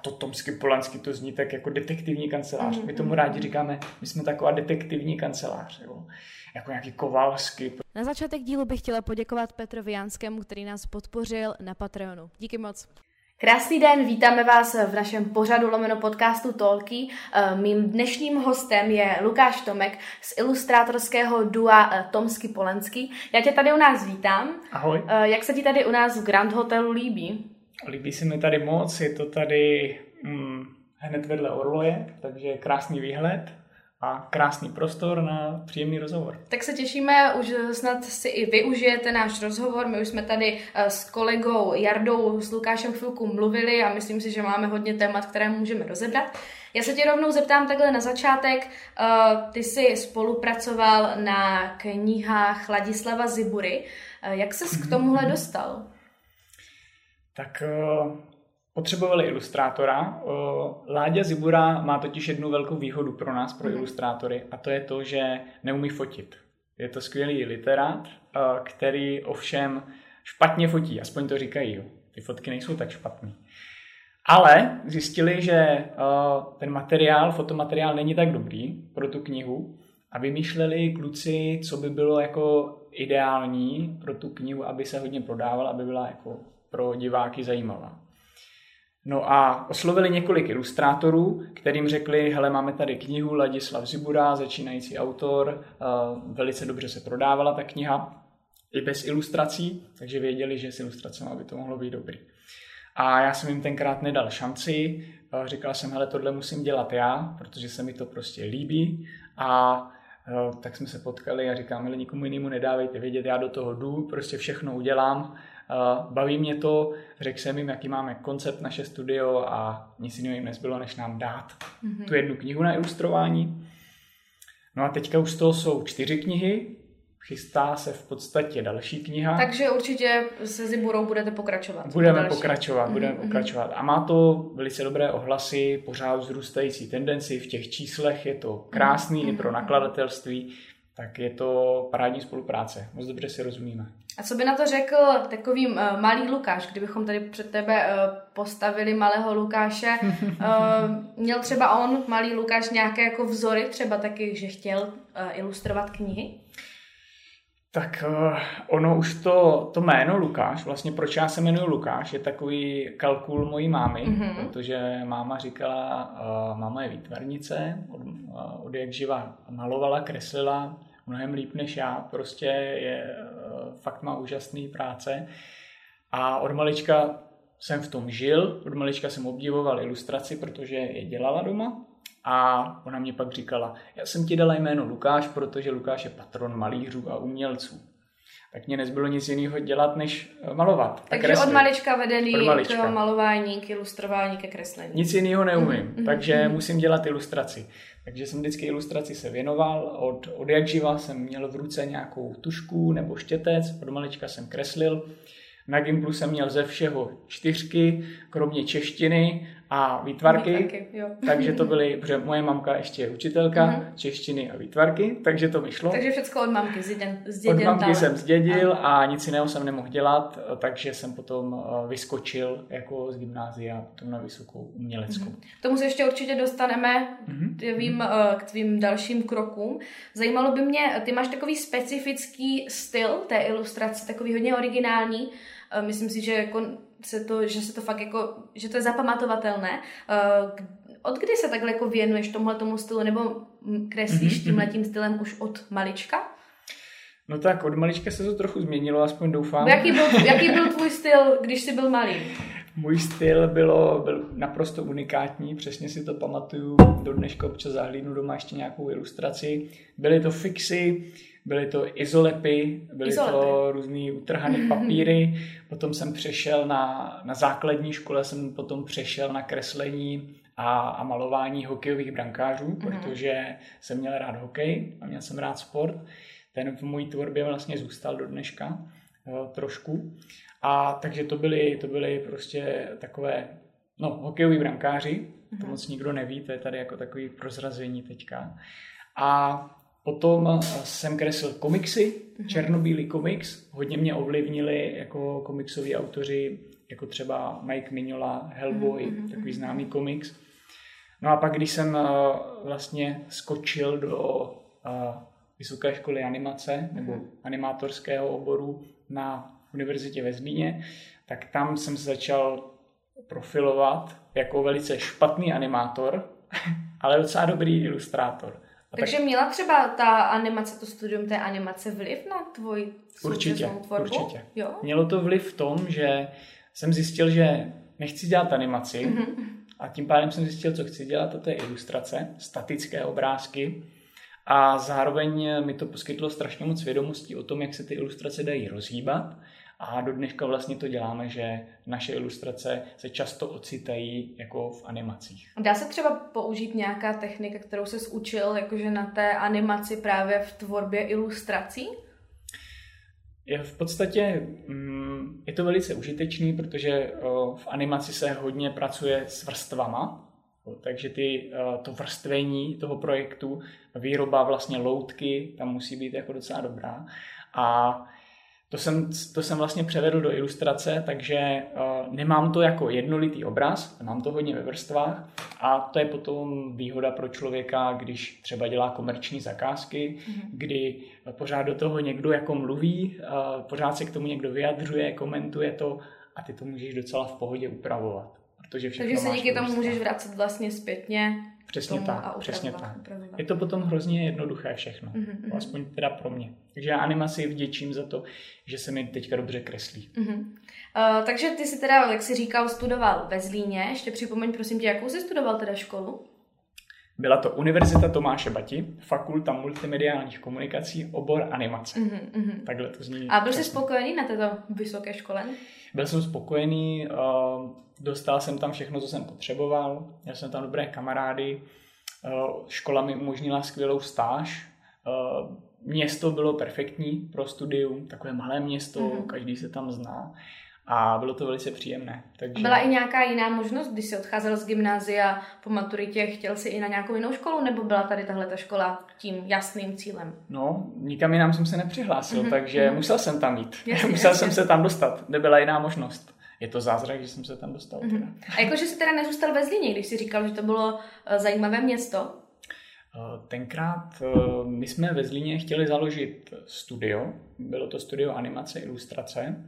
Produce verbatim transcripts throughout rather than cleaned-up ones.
to Tomsky Polansky, to zní tak jako detektivní kancelář. My tomu rádi říkáme, my jsme taková detektivní kancelář, jo. Jako nějaký Kovalsky. Na začátek dílu bych chtěla poděkovat Petrovi Janskému, který nás podpořil na Patreonu. Díky moc. Krásný den, vítáme vás v našem pořadu lomeno podcastu Talky. Mým dnešním hostem je Lukáš Tomek z ilustrátorského dua Tomsky Polansky. Já tě tady u nás vítám. Ahoj. Jak se ti tady u nás v Grand Hotelu líbí? Líbí se mi tady moc, je to tady hm, hned vedle Orloje, takže krásný výhled a krásný prostor na příjemný rozhovor. Tak se těšíme, už snad si i využijete náš rozhovor. My už jsme tady s kolegou Jardou, s Lukášem chvilku mluvili a myslím si, že máme hodně témat, které můžeme rozebrat. Já se tě rovnou zeptám takhle na začátek. Ty jsi spolupracoval na knihách Ladislava Zibury. Jak ses k tomuhle dostal? Tak potřebovali ilustrátora. Láďa Zibura má totiž jednu velkou výhodu pro nás, pro ilustrátory, a to je to, že neumí fotit. Je to skvělý literát, který ovšem špatně fotí, aspoň to říkají. Jo. Ty fotky nejsou tak špatný. Ale zjistili, že ten materiál, fotomateriál není tak dobrý pro tu knihu a vymýšleli kluci, co by bylo jako ideální pro tu knihu, aby se hodně prodávala, aby byla jako pro diváky zajímavá. No a oslovili několik ilustrátorů, kterým řekli, hele, máme tady knihu Ladislav Zibura, začínající autor, velice dobře se prodávala ta kniha, i bez ilustrací, takže věděli, že s ilustracemi by to mohlo být dobrý. A já jsem jim tenkrát nedal šanci, říkal jsem, hele, tohle musím dělat já, protože se mi to prostě líbí a tak jsme se potkali a říkám, hele, nikomu jinému nedávejte vědět, já do toho jdu, prostě všechno udělám, baví mě to, řekl jsem jim, jaký máme koncept naše studio a nic jiného jim nezbylo, než nám dát mm-hmm. tu jednu knihu na ilustrování. No a teďka už z toho jsou čtyři knihy, chystá se v podstatě další kniha. Takže určitě se Ziburou budete pokračovat. Budeme pokračovat, budeme mm-hmm. pokračovat. A má to velice dobré ohlasy, pořád vzrůstající tendenci, v těch číslech je to krásný mm-hmm. i pro nakladatelství, tak je to parádní spolupráce. Moc dobře si rozumíme. A co by na to řekl takový uh, malý Lukáš, kdybychom tady před tebe uh, postavili malého Lukáše? Uh, měl třeba on, malý Lukáš, nějaké jako vzory, třeba taky, že chtěl uh, ilustrovat knihy? Tak uh, ono už to, to jméno Lukáš, vlastně proč já se jmenuji Lukáš, je takový kalkul mojí mámy, mm-hmm. protože máma říkala, uh, máma je výtvarnice, od, uh, od jak živa malovala, kreslila, mnohem líp než já, prostě je, fakt má úžasný práce a od malička jsem v tom žil, od malička jsem obdivoval ilustraci, protože je dělala doma a ona mě pak říkala, já jsem ti dala jméno Lukáš, protože Lukáš je patron malířů a umělců. Tak mě nezbylo nic jiného dělat, než malovat. Takže kreslit. Od malička vedený od malička. K malování, k ilustrování, ke kreslení. Nic jiného neumím, mm-hmm. takže mm-hmm. musím dělat ilustraci. Takže jsem vždycky ilustraci se věnoval, od, od jak živa jsem měl v ruce nějakou tušku nebo štětec, od malička jsem kreslil. Na Gimplu jsem měl ze všeho čtyřky, kromě češtiny a výtvarky, výtvarky takže to byly, protože moje mamka ještě je učitelka, uh-huh. češtiny a výtvarky, takže to vyšlo. Takže všechno od mamky zděděn, zděděn Od mamky talent. jsem zdědil a nic jiného jsem nemohl dělat, takže jsem potom vyskočil jako z gymnázia potom na vysokou uměleckou. Uh-huh. K tomu se ještě určitě dostaneme uh-huh. tvým, k tvým dalším krokům. Zajímalo by mě, ty máš takový specifický styl té ilustrace, takový hodně originální. Myslím si, že, jako se to, že se to fakt jako, že to je zapamatovatelné. Od kdy se takhle jako věnuješ tomuhletomu stylu, nebo kreslíš tímhletím stylem už od malička? No tak, od malička se to trochu změnilo, aspoň doufám. Jaký byl, jaký byl tvůj styl, když jsi byl malý? Můj styl bylo, byl naprosto unikátní, přesně si to pamatuju, do dneška občas zahlídnu doma ještě nějakou ilustraci. Byly to fixy, byly to izolepy, byly izolepy. to různý utrhané papíry, potom jsem přešel na, na základní škole, jsem potom přešel na kreslení a, a malování hokejových brankářů, mm-hmm. protože jsem měl rád hokej a měl jsem rád sport. Ten v mojí tvorbě vlastně zůstal do dneška jo, trošku. A takže to byly, to byly prostě takové, no, hokejoví brankáři, mm-hmm. to moc nikdo neví, to je tady jako takový prozrazení teďka. A potom jsem kreslil komiksy, mm-hmm. černobílý komiks, hodně mě ovlivnili jako komiksoví autoři jako třeba Mike Mignola, Hellboy, mm-hmm. takový známý komiks. No a pak, když jsem uh, vlastně skočil do uh, vysoké školy animace nebo mm-hmm. animátorského oboru na univerzitě ve Zlíně, tak tam jsem se začal profilovat jako velice špatný animátor, ale docela dobrý ilustrátor. A Takže tak... měla třeba ta animace, to studium té animace vliv na tvoji současnou tvorbu? Určitě. Jo? Mělo to vliv v tom, že jsem zjistil, že nechci dělat animaci mm-hmm. a tím pádem jsem zjistil, co chci dělat, a to je ilustrace, statické obrázky. A zároveň mi to poskytlo strašně moc vědomostí o tom, jak se ty ilustrace dají rozhýbat. A do dneška vlastně to děláme, že naše ilustrace se často ocitají jako v animacích. Dá se třeba použít nějaká technika, kterou ses učil jakože na té animaci právě v tvorbě ilustrací? Je v podstatě je to velice užitečný, protože v animaci se hodně pracuje s vrstvama. Takže ty, to vrstvení toho projektu, výroba vlastně loutky, tam musí být jako docela dobrá. A to jsem, to jsem vlastně převedl do ilustrace, takže uh, nemám to jako jednolitý obraz, mám to hodně ve vrstvách a to je potom výhoda pro člověka, když třeba dělá komerční zakázky, mm-hmm. kdy pořád do toho někdo jako mluví, uh, pořád se k tomu někdo vyjadřuje, komentuje to a ty to můžeš docela v pohodě upravovat. Protože Takže se díky tomu můžeš vracet vlastně zpětně. Přesně tak, přesně tak. Je to potom hrozně jednoduché všechno, mm-hmm. aspoň teda pro mě. Takže já animaci vděčím za to, že se mi teďka dobře kreslí. Mm-hmm. Uh, takže ty jsi teda, jak jsi říkal, studoval ve Zlíně. Ještě připomeň, prosím tě, jakou jsi studoval teda školu? Byla to Univerzita Tomáše Bati, Fakulta multimediálních komunikací, obor animace. Mm-hmm. Takhle to zní. A byl jsi spokojený na této vysoké škole? Byl jsem spokojený, uh, dostal jsem tam všechno, co jsem potřeboval, měl jsem tam dobré kamarády, uh, škola mi umožnila skvělou stáž, uh, město bylo perfektní pro studium, takové malé město, mm-hmm. každý se tam zná a bylo to velice příjemné. Takže... Byla i nějaká jiná možnost, když jsi odcházel z gymnázia po maturitě, chtěl jsi i na nějakou jinou školu, nebo byla tady tahle ta škola tím jasným cílem? No, nikam jinam jsem se nepřihlásil, mm-hmm. takže mm-hmm. musel jsem tam jít. Jasně, musel jasně. jsem se tam dostat, nebyla jiná možnost. Je to zázrak, že jsem se tam dostal. Mm-hmm. Teda. A jakože jsi teda nezůstal ve Zlíně, když jsi říkal, že to bylo uh, zajímavé město? Tenkrát my jsme ve Zlíně chtěli založit studio, bylo to studio animace, ilustrace,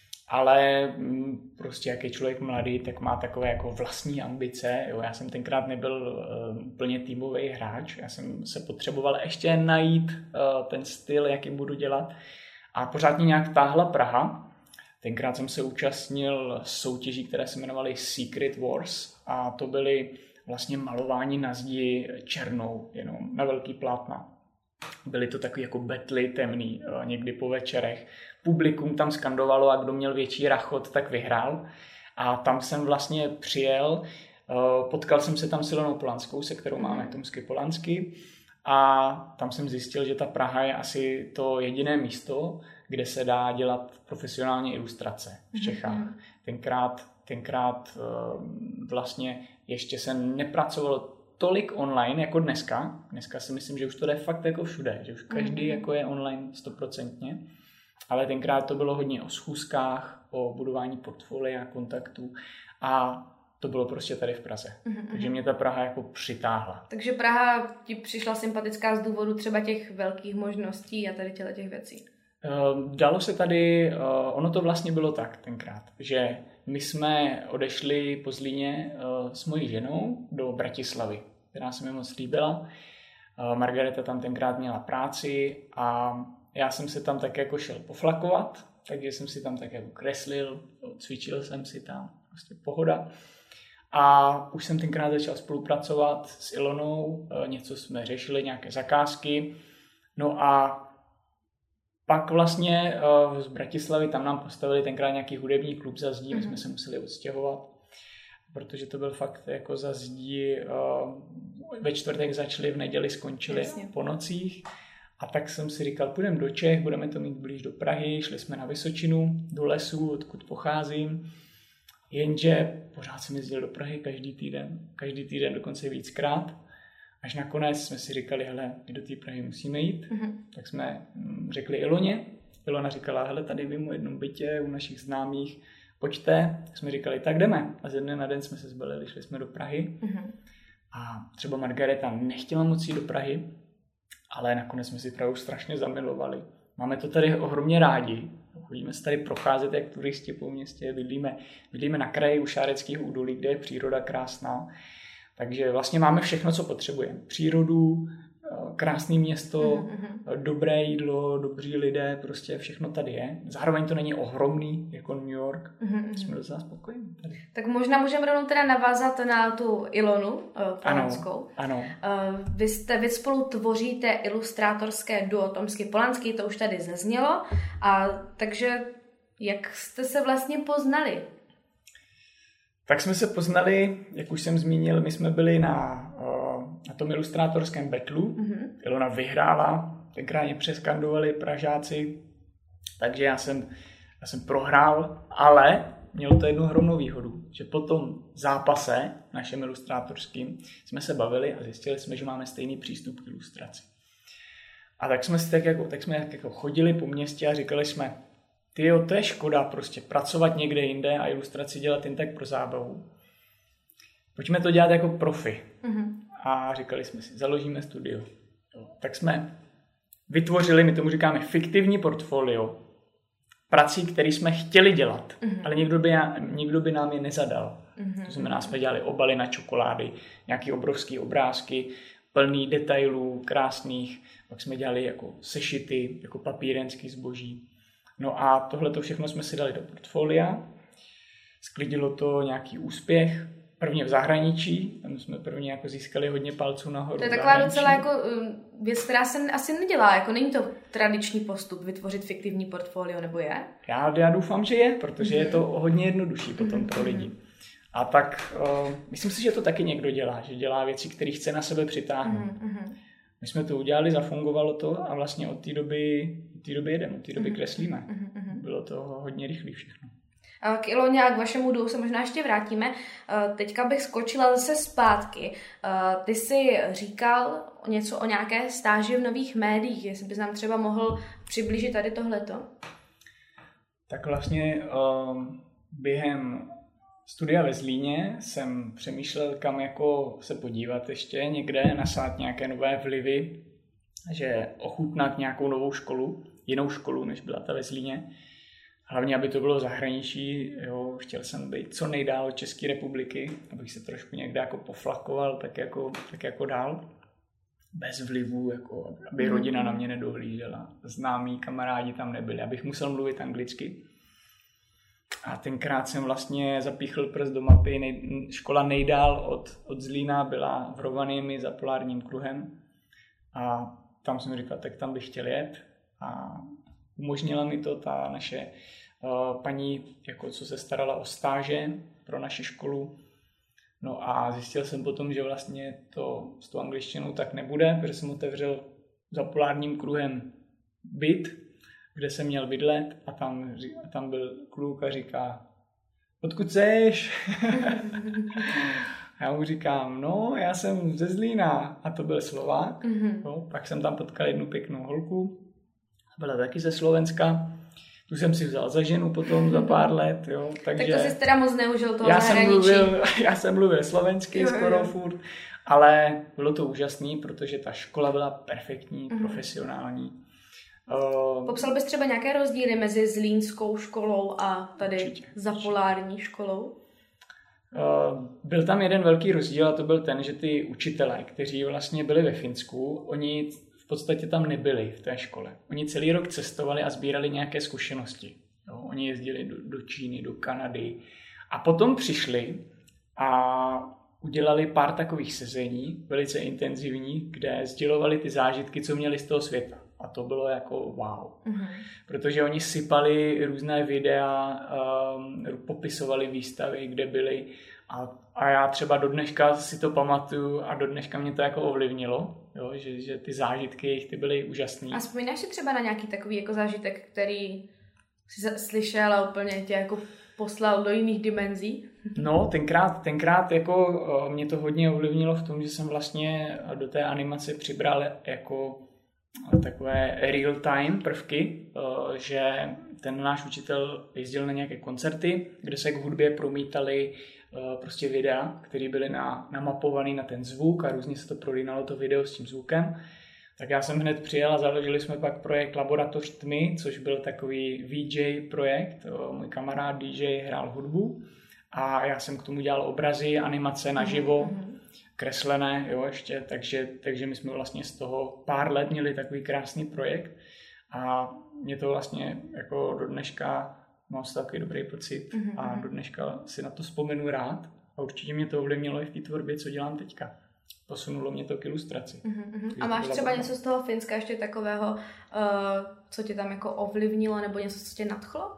ale prostě jak je člověk mladý, tak má takové jako vlastní ambice. Jo, já jsem tenkrát nebyl úplně týmový hráč, já jsem se potřeboval ještě najít ten styl, jaký budu dělat a pořád mě nějak táhla Praha. Tenkrát jsem se účastnil soutěží, které se jmenovaly Secret Wars a to byly vlastně malování na zdi černou, jenom na velký plátna. Byly to takový jako betly temný, někdy po večerech. Publikum tam skandovalo a kdo měl větší rachot, tak vyhrál. A tam jsem vlastně přijel, potkal jsem se tam s Ilonou Polanskou, se kterou máme Tomsky Polansky. A tam jsem zjistil, že ta Praha je asi to jediné místo, kde se dá dělat profesionálně ilustrace v Čechách. Tenkrát, tenkrát vlastně ještě se nepracovalo tolik online jako dneska. Dneska si myslím, že už to jde fakt jako všude, že už každý mm-hmm. jako je online stoprocentně. Ale tenkrát to bylo hodně o schůzkách, o budování portfolia, kontaktů a to bylo prostě tady v Praze. Mm-hmm. Takže mě ta Praha jako přitáhla. Takže Praha ti přišla sympatická z důvodu třeba těch velkých možností a tady těch věcí? Uh, dalo se tady, uh, ono to vlastně bylo tak tenkrát, že my jsme odešli po Zlíně uh, s mojí ženou do Bratislavy, která se mi moc líbila. Uh, Margareta tam tenkrát měla práci a já jsem se tam tak jako šel poflakovat, takže jsem si tam tak jako kreslil, cvičil jsem si tam, prostě pohoda. A už jsem tenkrát začal spolupracovat s Ilonou, uh, něco jsme řešili, nějaké zakázky, no a pak vlastně uh, z Bratislavy tam nám postavili tenkrát nějaký hudební klub za zdí, mm-hmm. my jsme se museli odstěhovat, protože to byl fakt jako za zdí, uh, ve čtvrtek začali, v neděli skončili Jasně. po nocích a tak jsem si říkal, půjdeme do Čech, budeme to mít blíž do Prahy, šli jsme na Vysočinu, do lesů, odkud pocházím, jenže pořád jsem jezdil do Prahy každý týden, každý týden dokonce víckrát. Až nakonec jsme si říkali, hele, my do té Prahy musíme jít, mm-hmm. tak jsme řekli Iloně. Ilona říkala, hele, tady vím o jednom bytě u našich známých, pojďte, jsme říkali, tak jdeme. A ze dne na den jsme se zbalili, šli jsme do Prahy. Mm-hmm. A třeba Margareta nechtěla moc jít do Prahy, ale nakonec jsme si Prahu strašně zamilovali. Máme to tady ohromně rádi. Chodíme se tady procházet jak turisti po městě, bydlíme, bydlíme na kraji u Šáreckého údolí, kde je příroda krásná. Takže vlastně máme všechno, co potřebujeme. Přírodu, krásné město, mm-hmm. dobré jídlo, dobří lidé, prostě všechno tady je. Zároveň to není ohromný, jako New York. Mm-hmm. Jsme docela spokojení tady. Tak možná můžeme rovnou teda navázat na tu Ilonu Polanskou. Ano, ano. Vy, jste, vy spolu tvoříte ilustrátorské duo Tomsky Polanský, to už tady zaznělo. A takže jak jste se vlastně poznali? Tak jsme se poznali, jak už jsem zmínil, my jsme byli na, na tom ilustrátorském betlu. Mm-hmm. Ilona vyhrála, tenkrát mě přeskandovali Pražáci, takže já jsem, já jsem prohrál, ale mělo to jednu hromnou výhodu, že po tom zápase našem ilustrátorským jsme se bavili a zjistili jsme, že máme stejný přístup k ilustraci. A tak jsme, tak jako, tak jsme jako chodili po městě a říkali jsme, tyjo, to je škoda prostě pracovat někde jinde a ilustraci dělat jen tak pro zábavu. Pojďme to dělat jako profi. Mm-hmm. A říkali jsme si, založíme studio. Jo. Tak jsme vytvořili, my tomu říkáme fiktivní portfolio prací, které jsme chtěli dělat, mm-hmm. ale někdo by, někdo by nám je nezadal. Mm-hmm. To znamená, jsme dělali obaly na čokolády, nějaké obrovské obrázky, plný detailů, krásných. Pak jsme dělali jako sešity, jako papírenský zboží. No a tohle to všechno jsme si dali do portfolia. Sklidilo to nějaký úspěch. Prvně v zahraničí, tam jsme prvně jako získali hodně palců nahoru. To je taková docela jako věc, která se asi nedělá. Jako není to tradiční postup vytvořit fiktivní portfolio, nebo je? Já, já doufám, že je, protože mm-hmm. je to hodně jednodušší potom mm-hmm. pro lidi. A tak uh, myslím si, že to taky někdo dělá, že dělá věci, které chce na sebe přitáhnout. Mm-hmm. My jsme to udělali, zafungovalo to a vlastně od té doby, od té doby jedeme, od té doby mm-hmm. kreslíme. Mm-hmm. Bylo to hodně rychlé všechno. K Iloně a k vašemu duo se možná ještě vrátíme. Teďka bych skočila zase zpátky. Ty jsi říkal něco o nějaké stáži v nových médiích, jestli bys nám třeba mohl přiblížit tady tohleto. Tak vlastně um, během studia ve Zlíně jsem přemýšlel, kam jako se podívat ještě někde, nasát nějaké nové vlivy, že ochutnat nějakou novou školu, jinou školu, než byla ta ve Zlíně. Hlavně, aby to bylo v zahraničí, jo, chtěl jsem být co nejdál od České republiky, abych se trošku někde jako poflakoval, tak jako, tak jako dál. Bez vlivu, jako, aby rodina na mě nedohlížela. Známí kamarádi tam nebyli, abych musel mluvit anglicky. A tenkrát jsem vlastně zapíchl prst do mapy. Nej, škola nejdál od, od Zlína byla v Rovaniemi za polárním kruhem. A tam jsem říkal, tak tam bych chtěl jet. A umožnila mi to ta naše uh, paní, jako co se starala o stáže pro naši školu. No a zjistil jsem potom, že vlastně to s tou angličtinou tak nebude, protože jsem otevřel za polárním kruhem byt, kde jsem měl bydlet a tam, a tam byl kluk a říká, odkud seš? Já mu říkám, no já jsem ze Zlína a to byl Slovák. Mm-hmm. No, pak jsem tam potkal jednu pěknou holku, byla taky ze Slovenska. Tu jsem si vzal za ženu potom za pár let. Jo, takže tak to jsi teda moc neužil toho já zahraničí. Jsem mluvil, já jsem mluvil slovensky jo, skoro jo. furt, ale bylo to úžasný, protože ta škola byla perfektní, mm-hmm. profesionální. Uh, Popsal bys třeba nějaké rozdíly mezi zlínskou školou a tady určitě, zapolární školou? Uh, byl tam jeden velký rozdíl a to byl ten, že ty učitelé, kteří vlastně byli ve Finsku, oni v podstatě tam nebyli v té škole. Oni celý rok cestovali a sbírali nějaké zkušenosti. Jo? Oni jezdili do, do Číny, do Kanady a potom přišli a udělali pár takových sezení, velice intenzivní, kde sdělovali ty zážitky, co měli z toho světa. A to bylo jako wow. Mm-hmm. Protože oni sypali různé videa, um, popisovali výstavy, kde byli. A, a já třeba do dneška si to pamatuju a do dneška mě to jako ovlivnilo, jo, že, že ty zážitky jejich ty byly úžasný. A vzpomínáš si třeba na nějaký takový jako zážitek, který jsi slyšel a úplně tě jako poslal do jiných dimenzí? No, tenkrát, tenkrát jako mě to hodně ovlivnilo v tom, že jsem vlastně do té animace přibral jako takové real-time prvky, že ten náš učitel jezdil na nějaké koncerty, kde se k hudbě promítaly prostě videa, které byly na, namapované na ten zvuk a různě se to prolínalo to video s tím zvukem. Tak já jsem hned přijel a založili jsme pak projekt Laboratoř tmy, což byl takový V J projekt. Můj kamarád D J hrál hudbu a já jsem k tomu dělal obrazy, animace naživo, mm-hmm. kreslené, jo, ještě, takže, takže my jsme vlastně z toho pár let měli takový krásný projekt a mě to vlastně jako do dneška mám si takový dobrý pocit mm-hmm. a do dneška si na to vzpomenu rád a určitě mě to ovlivnilo i v té tvorbě, co dělám teďka. Posunulo mě to k ilustraci. Mm-hmm. A máš třeba něco z toho Finska ještě takového, uh, co tě tam jako ovlivnilo nebo něco, co tě nadchlo?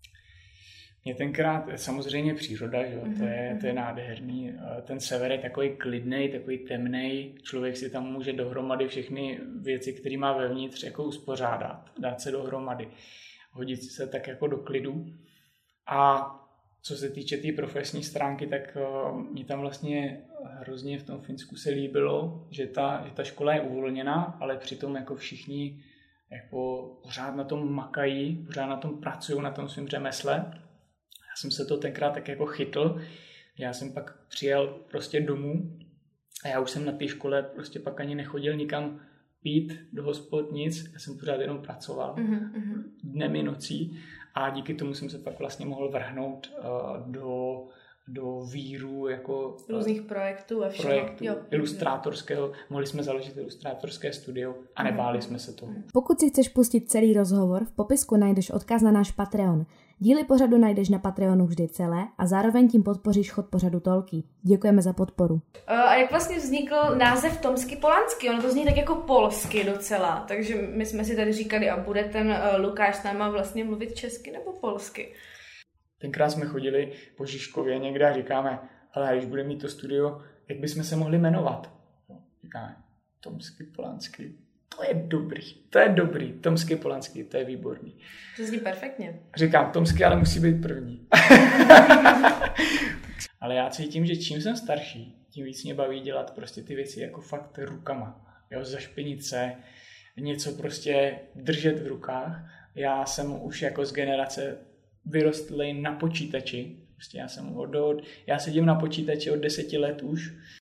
Mě tenkrát samozřejmě příroda, že? Mm-hmm. To, je, to je nádherný. Ten sever je takový klidnej, takový temnej. Člověk si tam může dohromady všechny věci, které má vevnitř, jako uspořádat, dát se dohromady. Hodit se tak jako do klidu. A co se týče té tý profesní stránky, tak uh, mě tam vlastně hrozně v tom Finsku se líbilo, že ta, že ta škola je uvolněná, ale přitom jako všichni jako pořád na tom makají, pořád na tom pracují, na tom svým řemesle. Já jsem se to tenkrát tak jako chytl, já jsem pak přijel prostě domů a já už jsem na té škole prostě pak ani nechodil nikam pít do hospod, nic, já jsem pořád jenom pracoval mm-hmm. dnem i nocí a díky tomu jsem se pak vlastně mohl vrhnout uh, do, do víru jako různých projektů a všeho. Projektů, jo, ilustrátorského. Mohli jsme založit ilustrátorské studio a nebáli jsme se toho. Pokud si chceš pustit celý rozhovor, v popisku najdeš odkaz na náš Patreon. Díly pořadu najdeš na Patreonu vždy celé a zároveň tím podpoříš chod pořadu Tolky. Děkujeme za podporu. A jak vlastně vznikl název Tomsky Polansky? Ono to zní tak jako polsky docela, takže my jsme si tady říkali, a bude ten Lukáš s náma vlastně mluvit česky nebo polsky? Tenkrát jsme chodili po Žižkově někde a říkáme, hele, když bude mít to studio, jak bychom se mohli jmenovat? Říkáme, Tomsky Polansky. To je dobrý, to je dobrý. Tomsky Polansky, to je výborný. To zní perfektně. Říkám, Tomsky ale musí být první. Ale já cítím, že čím jsem starší, tím víc mě baví dělat prostě ty věci jako fakt rukama. Jo, zašpinit se, něco prostě držet v rukách. Já jsem už jako z generace vyrostlej na počítači. Prostě já jsem od, já sedím na počítači od deseti let už